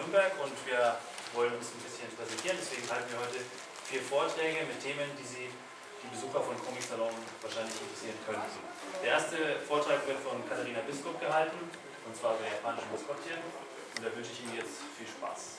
Nürnberg und wir wollen uns ein bisschen präsentieren. Deswegen halten wir heute 4 Vorträge mit Themen, die die Besucher von Comic Salon wahrscheinlich interessieren könnten. Der erste Vortrag wird von Katharina Biskup gehalten, und zwar über japanische Maskottchen. Und da wünsche ich Ihnen jetzt viel Spaß.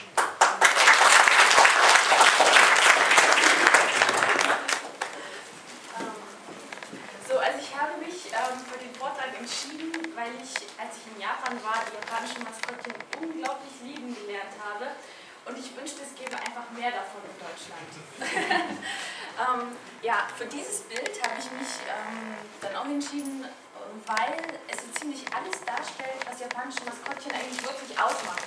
Also ich habe mich für den Vortrag entschieden, weil ich, als ich in Japan war, die japanischen Maskottchen unglaublich lieben gelernt habe. Und ich wünschte, es gäbe einfach mehr davon in Deutschland. Ja, für dieses Bild habe ich mich dann auch entschieden, weil es so ziemlich alles darstellt, was japanische Maskottchen eigentlich wirklich ausmachen.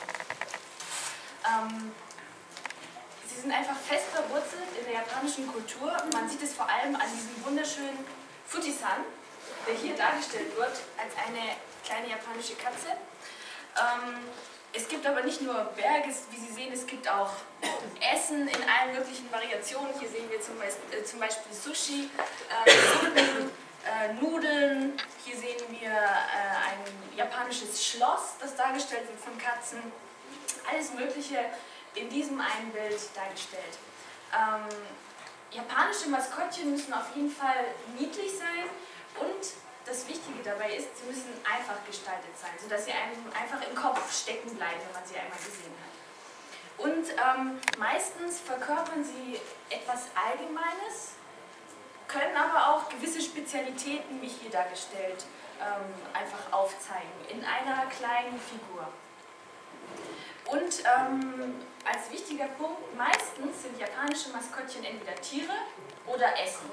Sie sind einfach fest verwurzelt in der japanischen Kultur. Man sieht es vor allem an diesem wunderschönen Fujisan, der hier dargestellt wird als eine kleine japanische Katze. Es gibt aber nicht nur Berge, wie Sie sehen, es gibt auch Essen in allen möglichen Variationen. Hier sehen wir zum Beispiel Sushi, Suppen, Nudeln. Hier sehen wir ein japanisches Schloss, das dargestellt wird von Katzen. Alles Mögliche in diesem einen Bild dargestellt. Japanische Maskottchen müssen auf jeden Fall niedlich sein und das Wichtige dabei ist, sie müssen einfach gestaltet sein, sodass sie einem einfach im Kopf stecken bleiben, wenn man sie einmal gesehen hat. Und meistens verkörpern sie etwas Allgemeines, können aber auch gewisse Spezialitäten, wie hier dargestellt, einfach aufzeigen in einer kleinen Figur. Und als wichtiger Punkt, meistens sind japanische Maskottchen entweder Tiere oder Essen.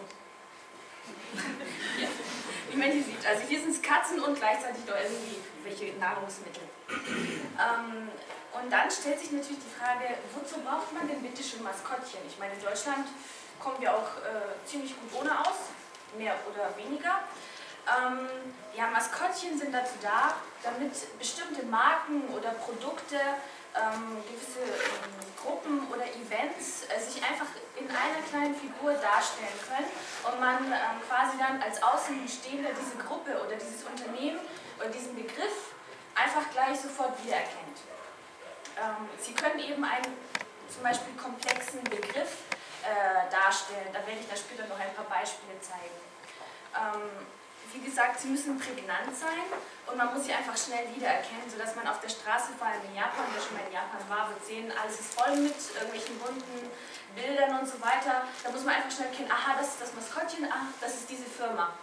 Ja, wie man hier sieht. Also hier sind es Katzen und gleichzeitig noch irgendwie welche Nahrungsmittel. Und dann stellt sich natürlich die Frage, wozu braucht man denn bitte schon Maskottchen? Ich meine, in Deutschland kommen wir auch ziemlich gut ohne aus, mehr oder weniger. Ja, Maskottchen sind dazu da, damit bestimmte Marken oder Produkte, gewisse Gruppen oder Events sich einfach in einer kleinen Figur darstellen können und man quasi dann als Außenstehender diese Gruppe oder dieses Unternehmen oder diesen Begriff einfach gleich sofort wiedererkennt. Sie können eben einen zum Beispiel komplexen Begriff darstellen, da werde ich da später noch ein paar Beispiele zeigen. Wie gesagt, sie müssen prägnant sein und man muss sie einfach schnell wiedererkennen, sodass man auf der Straße, vor allem in Japan, wer schon mal in Japan war, wird sehen, alles ist voll mit irgendwelchen bunten Bildern und so weiter. Da muss man einfach schnell erkennen, aha, das ist das Maskottchen, ach, das ist diese Firma.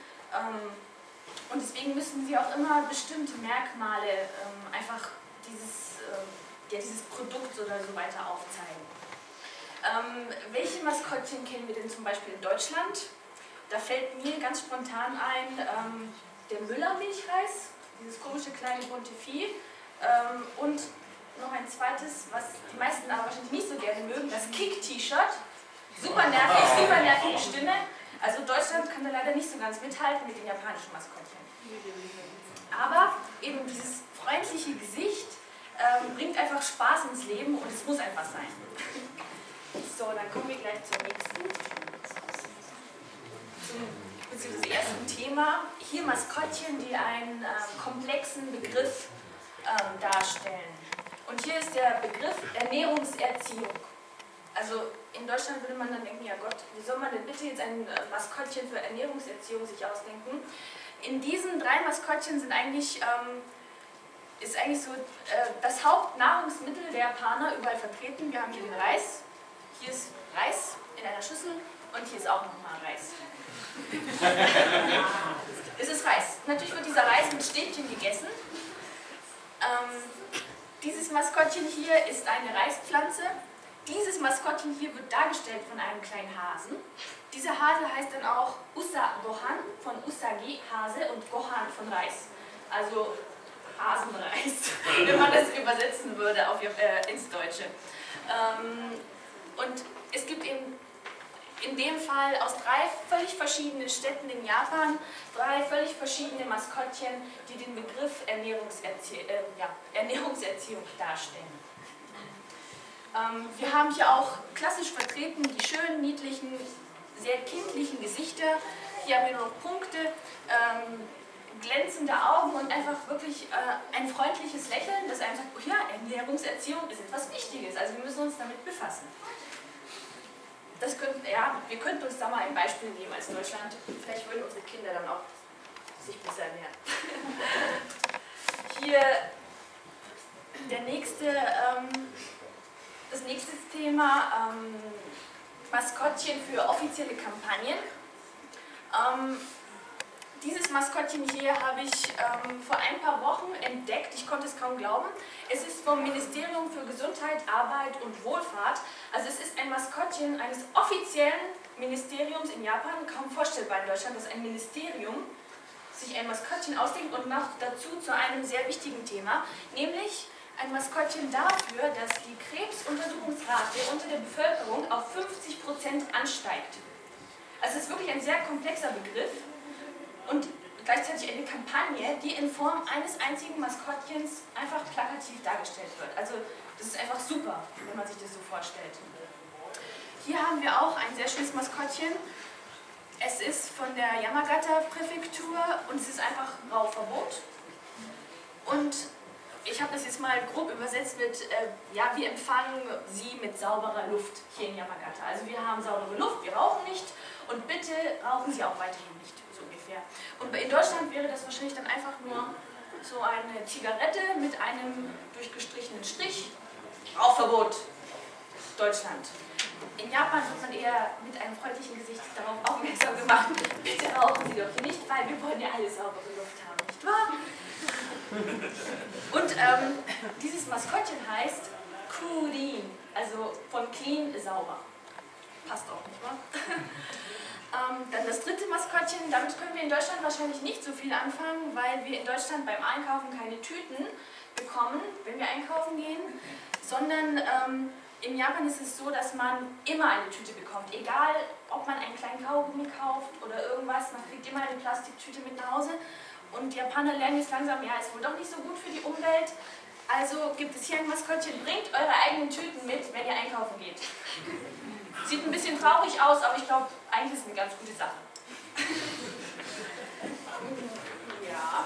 Und deswegen müssen sie auch immer bestimmte Merkmale einfach dieses Produkt oder so weiter aufzeigen. Welche Maskottchen kennen wir denn zum Beispiel in Deutschland? Da fällt mir ganz spontan ein, der Müller-Milchreis, dieses komische kleine bunte Vieh, und noch ein zweites, was die meisten aber wahrscheinlich nicht so gerne mögen, das Kick-T-Shirt. Super nervig, super nervige Stimme. Also Deutschland kann da leider nicht so ganz mithalten mit den japanischen Maskottchen. Aber eben dieses freundliche Gesicht bringt einfach Spaß ins Leben und es muss einfach sein. So, dann kommen wir gleich zum nächsten. Beziehungsweise ersten Thema, hier Maskottchen, die einen komplexen Begriff darstellen. Und hier ist der Begriff Ernährungserziehung. Also in Deutschland würde man dann denken, ja Gott, wie soll man denn bitte jetzt ein Maskottchen für Ernährungserziehung sich ausdenken? In diesen 3 Maskottchen sind ist eigentlich so das Hauptnahrungsmittel der Japaner überall vertreten. Wir haben hier den Reis, hier ist Reis in einer Schüssel und hier ist auch nochmal Reis. Es ist Reis. Natürlich wird dieser Reis mit Stäbchen gegessen. Dieses Maskottchen hier ist eine Reispflanze. Dieses Maskottchen hier wird dargestellt von einem kleinen Hasen. Dieser Hase heißt dann auch Usa-Gohan von Usagi, Hase, und Gohan von Reis. Also Hasenreis, wenn man das übersetzen würde ins Deutsche. Und es gibt eben in dem Fall aus 3 völlig verschiedenen Städten in Japan 3 völlig verschiedene Maskottchen, die den Begriff Ernährungserziehung darstellen. Wir haben hier auch klassisch vertreten die schönen, niedlichen, sehr kindlichen Gesichter. Hier haben wir nur noch Punkte. glänzende Augen und einfach wirklich ein freundliches Lächeln, das einem sagt, oh ja, Ernährungserziehung ist etwas Wichtiges, also wir müssen uns damit befassen. Wir könnten uns da mal ein Beispiel nehmen als Deutschland. Vielleicht würden unsere Kinder dann auch sich besser ernähren. Hier das nächste Thema, Maskottchen für offizielle Kampagnen. Dieses Maskottchen hier habe ich vor ein paar Wochen entdeckt, ich konnte es kaum glauben. Es ist vom Ministerium für Gesundheit, Arbeit und Wohlfahrt. Also es ist ein Maskottchen eines offiziellen Ministeriums in Japan, kaum vorstellbar in Deutschland, dass ein Ministerium sich ein Maskottchen ausdenkt und noch dazu zu einem sehr wichtigen Thema, nämlich ein Maskottchen dafür, dass die Krebsuntersuchungsrate unter der Bevölkerung auf 50% ansteigt. Also es ist wirklich ein sehr komplexer Begriff und gleichzeitig eine Kampagne, die in Form eines einzigen Maskottchens einfach plakativ dargestellt wird. Also das ist einfach super, wenn man sich das so vorstellt. Hier haben wir auch ein sehr schönes Maskottchen. Es ist von der Yamagata-Präfektur und es ist einfach Rauchverbot. Und ich habe das jetzt mal grob übersetzt mit, ja, wir empfangen Sie mit sauberer Luft hier in Yamagata. Also wir haben saubere Luft, wir rauchen nicht und bitte rauchen Sie auch weiterhin nicht, so ungefähr. Und in Deutschland wäre das wahrscheinlich dann einfach nur so eine Zigarette mit einem durchgestrichenen Strich. Rauchverbot, Deutschland. In Japan wird man eher mit einem freundlichen Gesicht darauf aufmerksam gemacht, bitte rauchen Sie doch nicht, weil wir wollen ja alle saubere Luft haben, nicht wahr? Und dieses Maskottchen heißt Kurin, also von clean, sauber. Passt auch, nicht wahr? Dann das dritte Maskottchen, damit können wir in Deutschland wahrscheinlich nicht so viel anfangen, weil wir in Deutschland beim Einkaufen keine Tüten bekommen, wenn wir einkaufen gehen, sondern in Japan ist es so, dass man immer eine Tüte bekommt, egal ob man einen kleinen Kaugummi kauft oder irgendwas, man kriegt immer eine Plastiktüte mit nach Hause. Und die Japaner lernen jetzt langsam, ja, ist wohl doch nicht so gut für die Umwelt. Also gibt es hier ein Maskottchen, bringt eure eigenen Tüten mit, wenn ihr einkaufen geht. Sieht ein bisschen traurig aus, aber ich glaube, eigentlich ist es eine ganz gute Sache. Ja.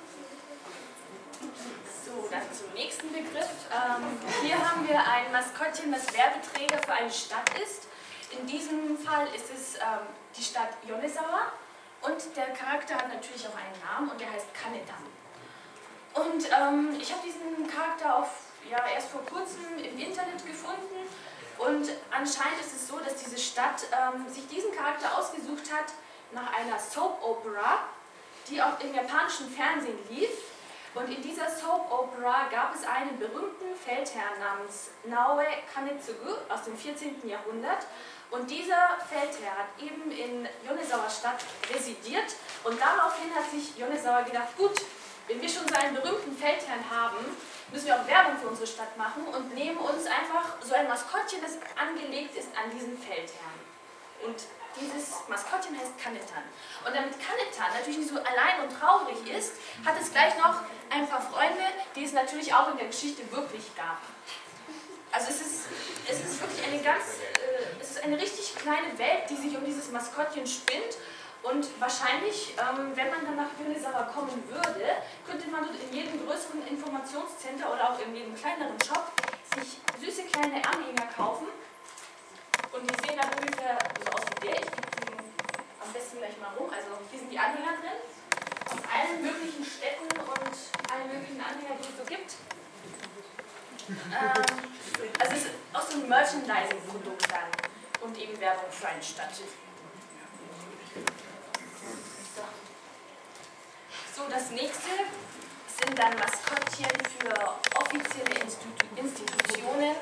So, dann zum nächsten Begriff. Hier haben wir ein Maskottchen, das Werbeträger für eine Stadt ist. In diesem Fall ist es die Stadt Yonezawa. Und der Charakter hat natürlich auch einen Namen und der heißt Kanetan. Und ich habe diesen Charakter erst vor kurzem im Internet gefunden und anscheinend ist es so, dass diese Stadt sich diesen Charakter ausgesucht hat nach einer Soap Opera, die auch im japanischen Fernsehen lief. Und in dieser Soap Opera gab es einen berühmten Feldherrn namens Naoe Kanetsugu aus dem 14. Jahrhundert. Und dieser Feldherr hat eben in Yonezawa Stadt residiert und daraufhin hat sich Yonezawa gedacht, gut, wenn wir schon so einen berühmten Feldherrn haben, müssen wir auch Werbung für unsere Stadt machen und nehmen uns einfach so ein Maskottchen, das angelegt ist an diesen Feldherrn. Und dieses Maskottchen heißt Kanetan. Und damit Kanetan natürlich nicht so allein und traurig ist, hat es gleich noch ein paar Freunde, die es natürlich auch in der Geschichte wirklich gab. Also es ist wirklich es ist eine richtig kleine Welt, die sich um dieses Maskottchen spinnt. Und wahrscheinlich, wenn man dann nach Yonezawa kommen würde, könnte man dort in jedem größeren Informationscenter oder auch in jedem kleineren Shop sich süße kleine Anhänger kaufen. Und die sehen dann ungefähr so aus wie der. Ich gebe sie am besten gleich mal rum. Also hier sind die Anhänger drin. Aus allen möglichen Städten und allen möglichen Anhängern, die es so gibt. Also es ist auch so ein Merchandising-Produkt dann und eben Werbung für eine Stadt. So, das nächste sind dann Maskottchen für offizielle Institutionen.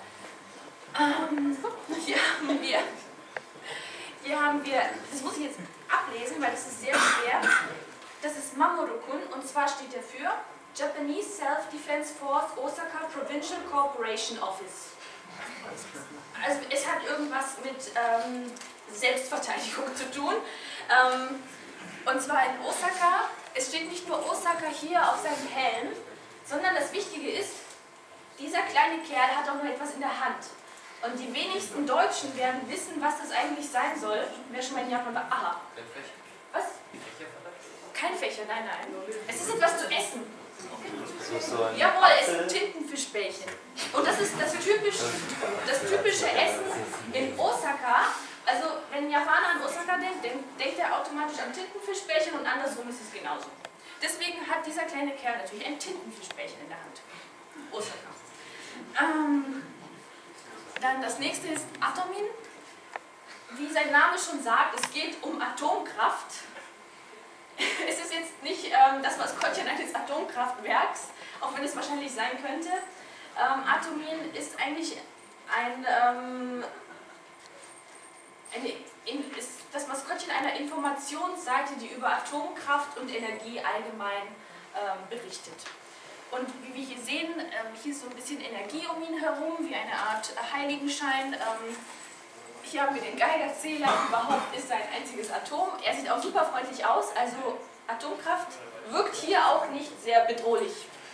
Hier haben wir, das muss ich jetzt ablesen, weil das ist sehr schwer. Das ist Mamoru-kun und zwar steht dafür Japanese Self-Defense Force Osaka Provincial Corporation Office. Also es hat irgendwas mit Selbstverteidigung zu tun. Und zwar in Osaka. Es steht nicht nur Osaka hier auf seinem Helm, sondern das Wichtige ist, dieser kleine Kerl hat auch noch etwas in der Hand. Und die wenigsten Deutschen werden wissen, was das eigentlich sein soll. Wer schon mal in Japan war? Aha. Was? kein Fächer, nein, nein. Es ist etwas zu essen. Jawohl, es sind Tintenfischbällchen. Und das ist das typische Essen in Osaka. Also wenn ein Japaner an Osaka denkt er automatisch an Tintenfischbällchen und andersrum ist es genauso. Deswegen hat dieser kleine Kerl natürlich ein Tintenfischbällchen in der Hand. Osaka. Dann das nächste ist Atomin. Wie sein Name schon sagt, es geht um Atomkraft. Es ist jetzt nicht das Maskottchen eines Atomkraftwerks, auch wenn es wahrscheinlich sein könnte. Atomin ist eigentlich ist das Maskottchen einer Informationsseite, die über Atomkraft und Energie allgemein berichtet. Und wie wir hier sehen, hier ist so ein bisschen Energie um ihn herum, wie eine Art Heiligenschein. Hier haben wir den Geigerzähler, überhaupt ist sein einziges Atom. Er sieht auch super freundlich aus, also Atomkraft wirkt hier auch nicht sehr bedrohlich.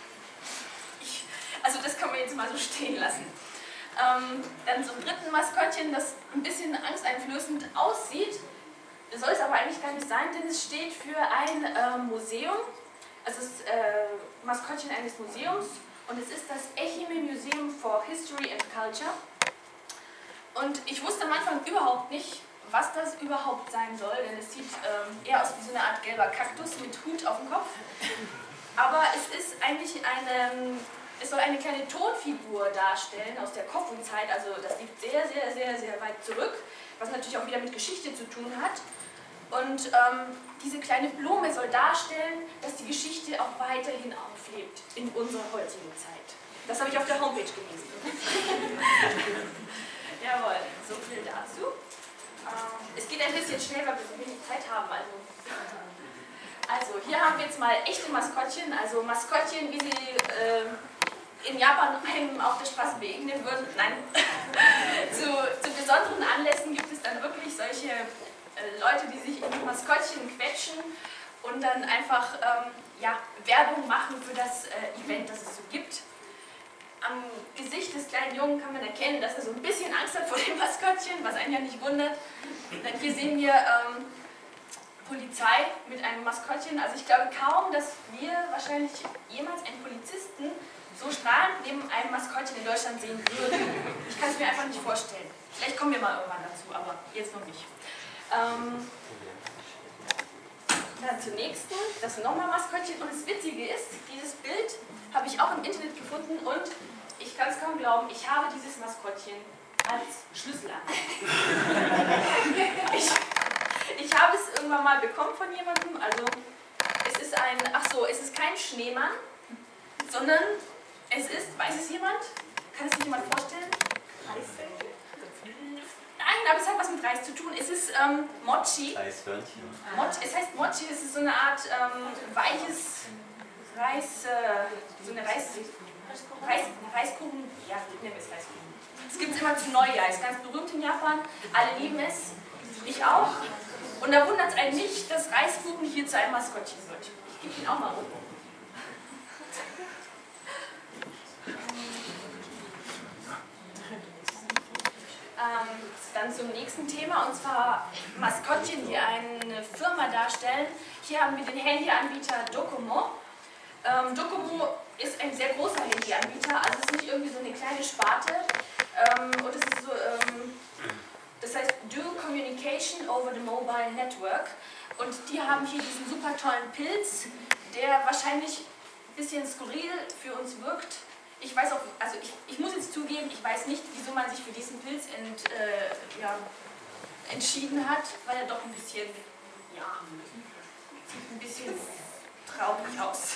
Also das kann man jetzt mal so stehen lassen. Dann zum dritten Maskottchen, das ein bisschen angsteinflößend aussieht, soll es aber eigentlich gar nicht sein, denn es steht für ein Museum. Also das Maskottchen eines Museums und es ist das Ehime Museum for History and Culture. Und ich wusste am Anfang überhaupt nicht, was das überhaupt sein soll, denn es sieht eher aus wie so eine Art gelber Kaktus mit Hut auf dem Kopf. Aber es ist eigentlich es soll eine kleine Tonfigur darstellen aus der Kofun-Zeit, also das liegt sehr, sehr, sehr, sehr weit zurück, was natürlich auch wieder mit Geschichte zu tun hat. Und diese kleine Blume soll darstellen, dass die Geschichte auch weiterhin auflebt in unserer heutigen Zeit. Das habe ich auf der Homepage gelesen. Jawohl, so viel dazu. Es geht ein bisschen schnell, weil wir so wenig Zeit haben. Also hier haben wir jetzt mal echte Maskottchen, also Maskottchen, wie sie in Japan einem auf der Straße begegnen würden. Nein, zu besonderen Anlässen gibt es dann wirklich solche Leute, die sich in die Maskottchen quetschen und dann einfach Werbung machen für das Event, das es so gibt. Am Gesicht des kleinen Jungen kann man erkennen, dass er so ein bisschen Angst hat vor dem Maskottchen, was einen ja nicht wundert. Denn hier sehen wir Polizei mit einem Maskottchen. Also ich glaube kaum, dass wir wahrscheinlich jemals einen Polizisten so strahlend neben einem Maskottchen in Deutschland sehen würden. Ich kann es mir einfach nicht vorstellen. Vielleicht kommen wir mal irgendwann dazu, aber jetzt noch nicht. Dann zum nächsten, das nochmal Maskottchen. Und das Witzige ist, dieses Bild habe ich auch im Internet gefunden und ich kann es kaum glauben, ich habe dieses Maskottchen als Schlüsselanhänger. ich habe es irgendwann mal bekommen von jemandem, also es ist es ist kein Schneemann, sondern es ist, weiß es jemand? Kann es sich jemand vorstellen? Nein, aber es hat was mit Reis zu tun. Es ist Mochi. Reishörnchen. Es heißt Mochi, es ist so eine Art weiches Reis, so eine Reiskuchen, ja, nennen wir es Reiskuchen. Es gibt es immer zu Neujahr, ist ganz berühmt in Japan, alle lieben es, ich auch. Und da wundert es einen nicht, dass Reiskuchen hier zu einem Maskottchen wird. Ich gebe ihn auch mal rum. Dann zum nächsten Thema, und zwar Maskottchen, die eine Firma darstellen. Hier haben wir den Handyanbieter Docomo. Docomo ist ein sehr großer Handyanbieter, also es ist nicht irgendwie so eine kleine Sparte. Und es ist so, das heißt Do Communication over the Mobile Network. Und die haben hier diesen super tollen Pilz, der wahrscheinlich ein bisschen skurril für uns wirkt. Ich weiß auch, also ich muss jetzt zugeben, ich weiß nicht, wieso man sich für diesen Pilz entschieden hat, weil er doch ein bisschen traurig aus.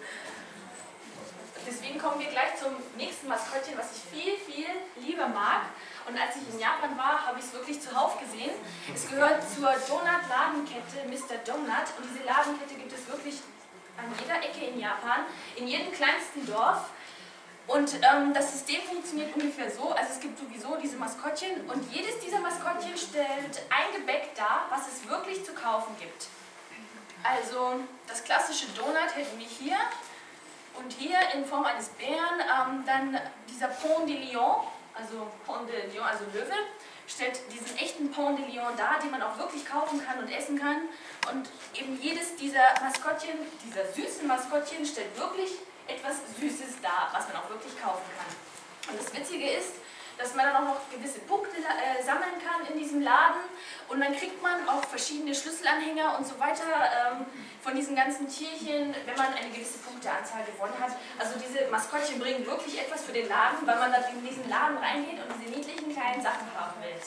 Deswegen kommen wir gleich zum nächsten Maskottchen, was ich viel, viel lieber mag. Und als ich in Japan war, habe ich es wirklich zuhauf gesehen. Es gehört zur Donut-Ladenkette Mr. Donut. Und diese Ladenkette gibt es wirklich an jeder Ecke in Japan, in jedem kleinsten Dorf. Und das System funktioniert ungefähr so, also es gibt sowieso diese Maskottchen und jedes dieser Maskottchen stellt ein Gebäck dar, was es wirklich zu kaufen gibt. Also das klassische Donut hätten wir hier und hier in Form eines Bären, dann dieser Pont de Lion, also Pont de Lion, also Löwe, stellt diesen echten Pont de Lion dar, den man auch wirklich kaufen kann und essen kann. Und eben jedes dieser Maskottchen, dieser süßen Maskottchen, stellt wirklich etwas Süßes dar, was man auch wirklich kaufen kann. Und das Witzige ist, dass man dann auch noch gewisse Punkte sammeln kann in diesem Laden und dann kriegt man auch verschiedene Schlüsselanhänger und so weiter von diesen ganzen Tierchen, wenn man eine gewisse Punkteanzahl gewonnen hat. Also diese Maskottchen bringen wirklich etwas für den Laden, weil man dann in diesen Laden reingeht und diese niedlichen kleinen Sachen haben will.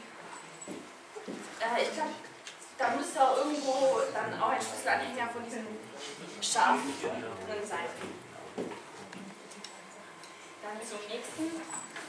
Ich glaube, da müsste auch irgendwo dann auch ein Schlüsselanhänger von diesem Schaf drin sein. Dann zum nächsten.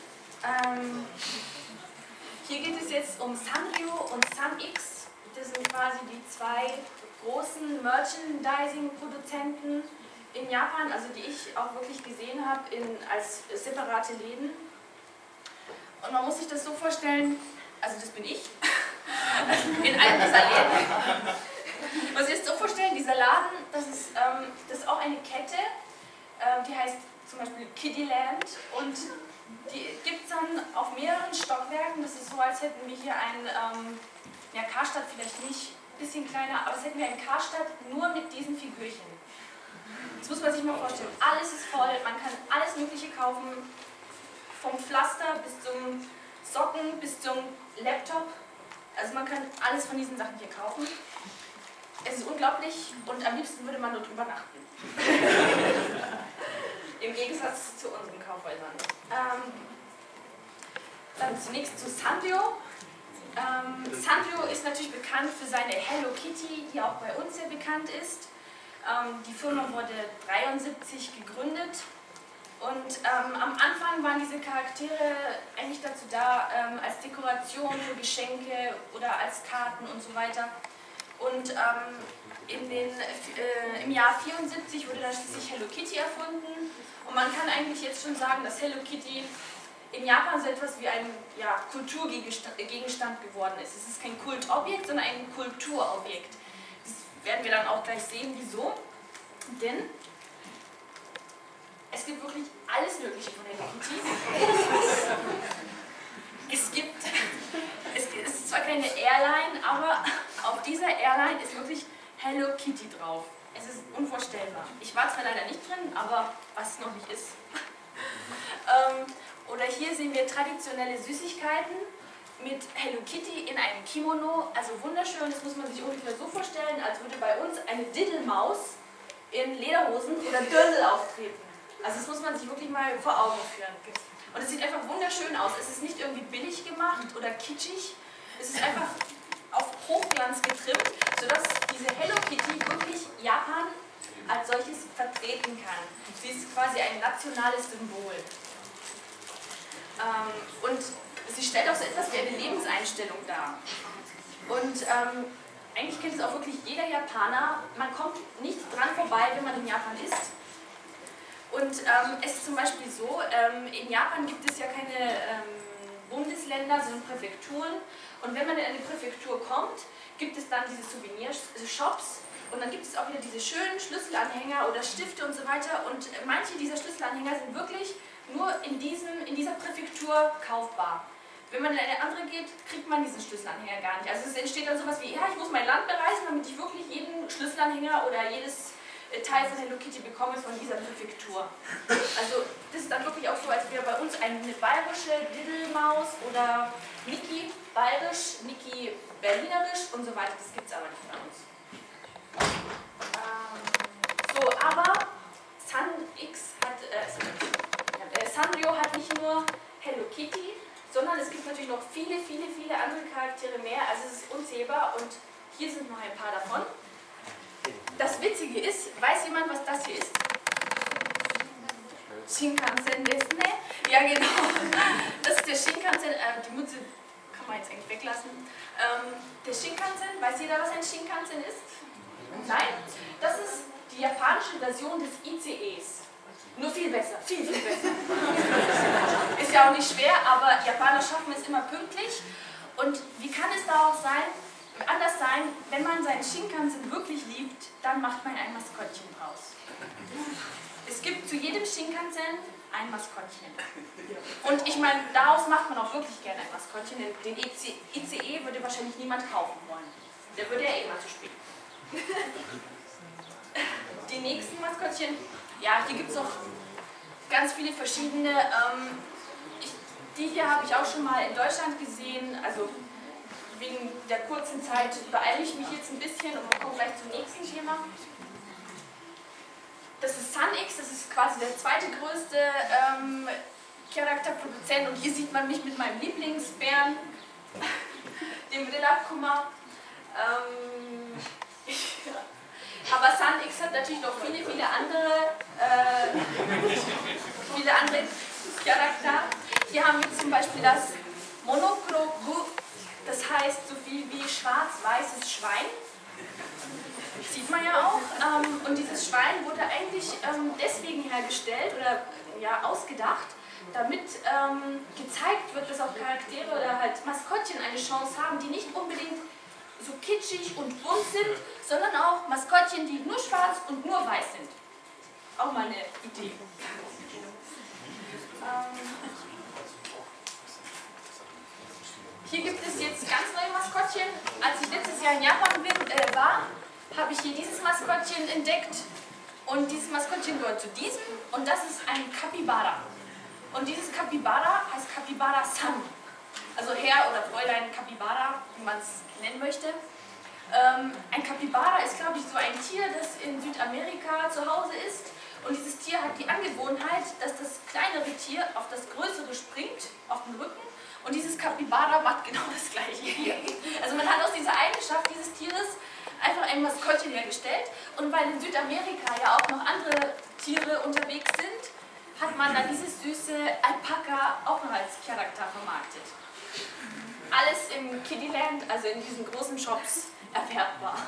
Hier geht es jetzt um Sanrio und Sanix. Das sind quasi die zwei großen Merchandising-Produzenten in Japan, also die ich auch wirklich gesehen habe als separate Läden. Und man muss sich das so vorstellen, also das bin ich, in einem dieser Läden. Man muss sich das so vorstellen, dieser Laden, das ist auch eine Kette, die heißt zum Beispiel Kiddyland und die gibt es dann auf mehreren Stockwerken. Das ist so, als hätten wir hier ein, ja, Karstadt vielleicht nicht, ein bisschen kleiner, aber als hätten wir ein Karstadt nur mit diesen Figürchen. Das muss man sich mal vorstellen. Alles ist voll, man kann alles Mögliche kaufen, vom Pflaster bis zum Socken, bis zum Laptop. Also man kann alles von diesen Sachen hier kaufen. Es ist unglaublich und am liebsten würde man dort übernachten. Im Gegensatz zu unseren Kaufhäusern. Dann zunächst zu Sanrio. Sanrio ist natürlich bekannt für seine Hello Kitty, die auch bei uns sehr bekannt ist. Die Firma wurde 1973 gegründet und am Anfang waren diese Charaktere eigentlich dazu da, als Dekoration für Geschenke oder als Karten und so weiter. Und im Jahr 1974 wurde dann schließlich Hello Kitty erfunden und man kann eigentlich jetzt schon sagen, dass Hello Kitty in Japan so etwas wie ein, ja, Kulturgegenstand geworden ist. Es ist kein Kultobjekt, sondern ein Kulturobjekt. Das werden wir dann auch gleich sehen, wieso. Denn es gibt wirklich alles Mögliche von Hello Kitty. Es ist zwar keine Airline, aber auf dieser Airline ist wirklich Hello Kitty drauf. Es ist unvorstellbar. Ich war zwar leider nicht drin, aber was es noch nicht ist. Oder hier sehen wir traditionelle Süßigkeiten mit Hello Kitty in einem Kimono. Also wunderschön, das muss man sich ungefähr so vorstellen, als würde bei uns eine Diddelmaus in Lederhosen oder Dirndl auftreten. Also das muss man sich wirklich mal vor Augen führen. Und es sieht einfach wunderschön aus. Es ist nicht irgendwie billig gemacht oder kitschig. Es ist einfach auf Hochglanz getrimmt, sodass diese Hello Kitty wirklich Japan als solches vertreten kann. Sie ist quasi ein nationales Symbol. Und sie stellt auch so etwas wie eine Lebenseinstellung dar. Und eigentlich kennt es auch wirklich jeder Japaner. Man kommt nicht dran vorbei, wenn man in Japan ist. Und es ist zum Beispiel so, in Japan gibt es ja keine Bundesländer, sondern Präfekturen. Und wenn man in eine Präfektur kommt, gibt es dann diese Souvenirshops und dann gibt es auch wieder diese schönen Schlüsselanhänger oder Stifte und so weiter. Und manche dieser Schlüsselanhänger sind wirklich nur in dieser Präfektur kaufbar. Wenn man in eine andere geht, kriegt man diesen Schlüsselanhänger gar nicht. Also es entsteht dann sowas wie, ja, ich muss mein Land bereisen, damit ich wirklich jeden Schlüsselanhänger oder jedes Teil von Hello Kitty bekomme von dieser Präfektur. Also das ist dann wirklich auch so, als wäre bei uns eine bayerische Diddelmaus oder Niki bayerisch, Niki berlinerisch und so weiter. Das gibt es aber nicht bei uns. Aber Sanrio hat nicht nur Hello Kitty, sondern es gibt natürlich noch viele, viele, viele andere Charaktere mehr. Also es ist unzählbar und hier sind noch ein paar davon. Das Witzige ist, weiß jemand, was das hier ist? Shinkansen desu ne? Ja, genau. Das ist der Shinkansen. Die Mütze kann man jetzt eigentlich weglassen. Der Shinkansen, weiß jeder, was ein Shinkansen ist? Nein? Das ist die japanische Version des ICEs. Nur viel besser, viel, viel besser. Ist ja auch nicht schwer, aber Japaner schaffen es immer pünktlich. Und wie kann es da auch anders sein, wenn man seinen Shinkansen wirklich liebt, dann macht man ein Maskottchen draus. Es gibt zu jedem Shinkansen ein Maskottchen. Und ich meine, daraus macht man auch wirklich gerne ein Maskottchen, denn den ICE würde wahrscheinlich niemand kaufen wollen. Der würde ja eh mal zu spät. Die nächsten Maskottchen, ja, hier gibt es noch ganz viele verschiedene. Die hier habe ich auch schon mal in Deutschland gesehen, also wegen der kurzen Zeit beeile ich mich jetzt ein bisschen und wir kommen gleich zum nächsten Thema. Das ist SunX, das ist quasi der zweite größte Charakterproduzent und hier sieht man mich mit meinem Lieblingsbären, dem Rilakkuma. Aber SunX hat natürlich noch viele andere Charakter. Hier haben wir zum Beispiel das Monokrogu, das heißt so viel wie schwarz-weißes Schwein. Sieht man ja auch. Und dieses Schwein wurde eigentlich deswegen hergestellt oder ja, ausgedacht, damit gezeigt wird, dass auch Charaktere oder halt Maskottchen eine Chance haben, die nicht unbedingt so kitschig und bunt sind, sondern auch Maskottchen, die nur schwarz und nur weiß sind. Auch mal eine Idee. Hier gibt es jetzt ganz neue Maskottchen. Als ich letztes Jahr in Japan war, habe ich hier dieses Maskottchen entdeckt. Und dieses Maskottchen gehört zu diesem und das ist ein Capybara. Und dieses Capybara heißt Capybara-san. Also Herr oder Fräulein Capybara, wie man es nennen möchte. Ein Capybara ist, glaube ich, so ein Tier, das in Südamerika zu Hause ist. Und dieses Tier hat die Angewohnheit, dass das kleinere Tier auf das größere springt, auf den Rücken. Und dieses Capybara macht genau das Gleiche hier. Also man hat aus dieser Eigenschaft dieses Tieres einfach ein Maskottchen hergestellt. Und weil in Südamerika ja auch noch andere Tiere unterwegs sind, hat man dann dieses süße Alpaka auch noch als Charakter vermarktet. Alles im Kiddyland, also in diesen großen Shops, erwerbbar.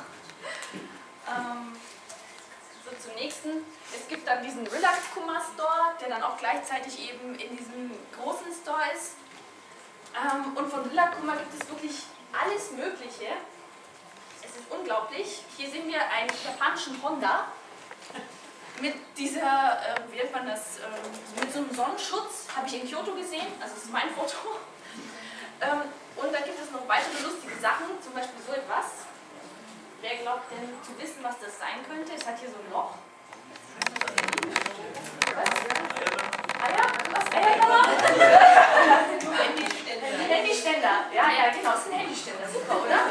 So zum nächsten. Es gibt dann diesen Rilakkuma Store, der dann auch gleichzeitig eben in diesem großen Store ist. Und von Rilakkuma gibt es wirklich alles Mögliche. Es ist unglaublich. Hier sehen wir einen japanischen Honda mit dieser, wie nennt man das, mit so einem Sonnenschutz. Habe ich in Kyoto gesehen, also das ist mein Foto. Und dann gibt es noch weitere lustige Sachen, zum Beispiel so etwas. Wer glaubt denn zu wissen, was das sein könnte? Es hat hier so ein Loch. Was? Eier? Was? Eierkammer? Handyständer. Ja, genau, es sind Handyständer. Super, oder?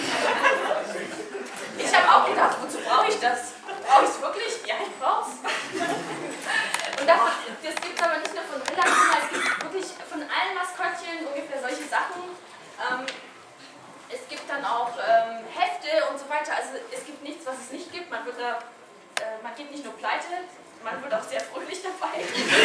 Ich habe auch gedacht, wozu brauche ich das? Brauche ich es wirklich? Ja, ich brauche es. Und das gibt es aber nicht nur von Rilakkuma, es gibt wirklich von allen Maskottchen ungefähr solche Sachen. Es gibt dann auch Hefte und so weiter. Also es gibt nichts, was es nicht gibt. Man geht nicht nur pleite, man wird auch sehr fröhlich dabei.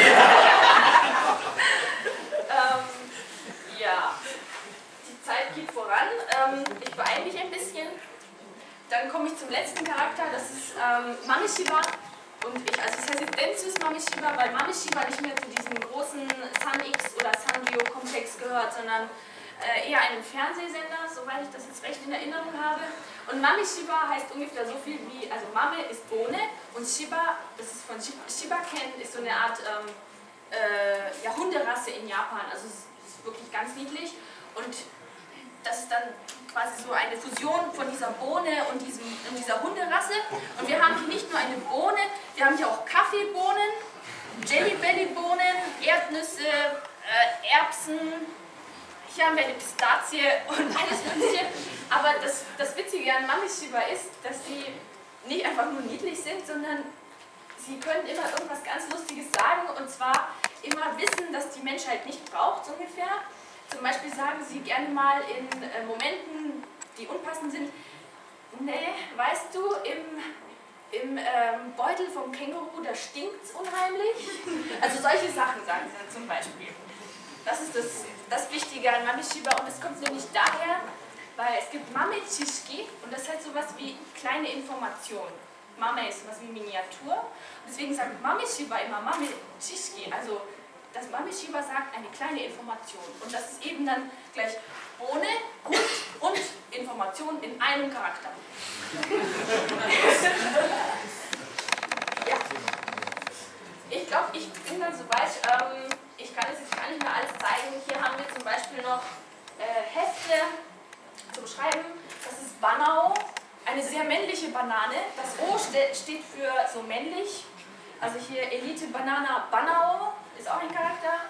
Ja, die Zeit geht voran. Ich beeile mich ein bisschen. Dann komme ich zum letzten Charakter, das ist Mameshiba. Also das heißt jetzt Dentsus Mameshiba, weil Mameshiba nicht mehr zu diesem großen SunX oder Sanrio-Komplex gehört, sondern eher einem Fernsehsender, soweit ich das jetzt recht in Erinnerung habe. Und Mameshiba heißt ungefähr so viel wie, also Mame ist Bohne und Shiba, das ist von Shiba-Ken, ist so eine Art Hunderasse in Japan. Also es ist wirklich ganz niedlich und das ist dann quasi so eine Fusion von dieser Bohne und dieser Hunderasse. Und wir haben hier nicht nur eine Bohne, wir haben hier auch Kaffeebohnen, Jelly-Belly-Bohnen, Erdnüsse, Erbsen. Hier haben wir eine Pistazie und alles Mögliche. Aber das Witzige an Mameshiba ist, dass sie nicht einfach nur niedlich sind, sondern sie können immer irgendwas ganz Lustiges sagen. Und zwar immer wissen, dass die Menschheit nicht braucht, so ungefähr. Zum Beispiel sagen sie gerne mal in Momenten, die unpassend sind, nee, weißt du, im Beutel vom Känguru, da stinkt's unheimlich. Also solche Sachen sagen sie dann zum Beispiel. Das ist das Wichtige an Mameshiba und es kommt nämlich daher, weil es gibt Mame-Chishki und das ist halt sowas wie kleine Information. Mame ist sowas wie Miniatur und deswegen sagt Mameshiba immer Mame-Chishki, also das Mameshiba sagt eine kleine Information und das ist eben dann gleich Bohne, Hund und Information in einem Charakter. Ja. Ich ich glaube, ich bin dann soweit. Ich kann es jetzt gar nicht mehr alles zeigen. Hier haben wir zum Beispiel noch Hefte zum Schreiben. Das ist Banau, eine sehr männliche Banane. Das O steht für so männlich. Also hier Elite Banana Banau ist auch ein Charakter.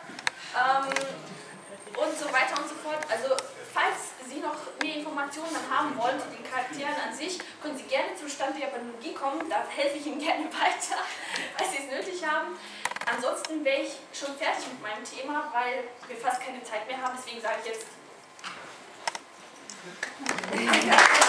Und so weiter und so fort. Also falls Sie noch mehr Informationen haben wollen zu den Charakteren an sich, können Sie gerne zum Stand der Japanologie kommen. Da helfe ich Ihnen gerne weiter, weil Sie es nötig haben. Ansonsten wäre ich schon fertig mit meinem Thema, weil wir fast keine Zeit mehr haben. Deswegen sage ich jetzt...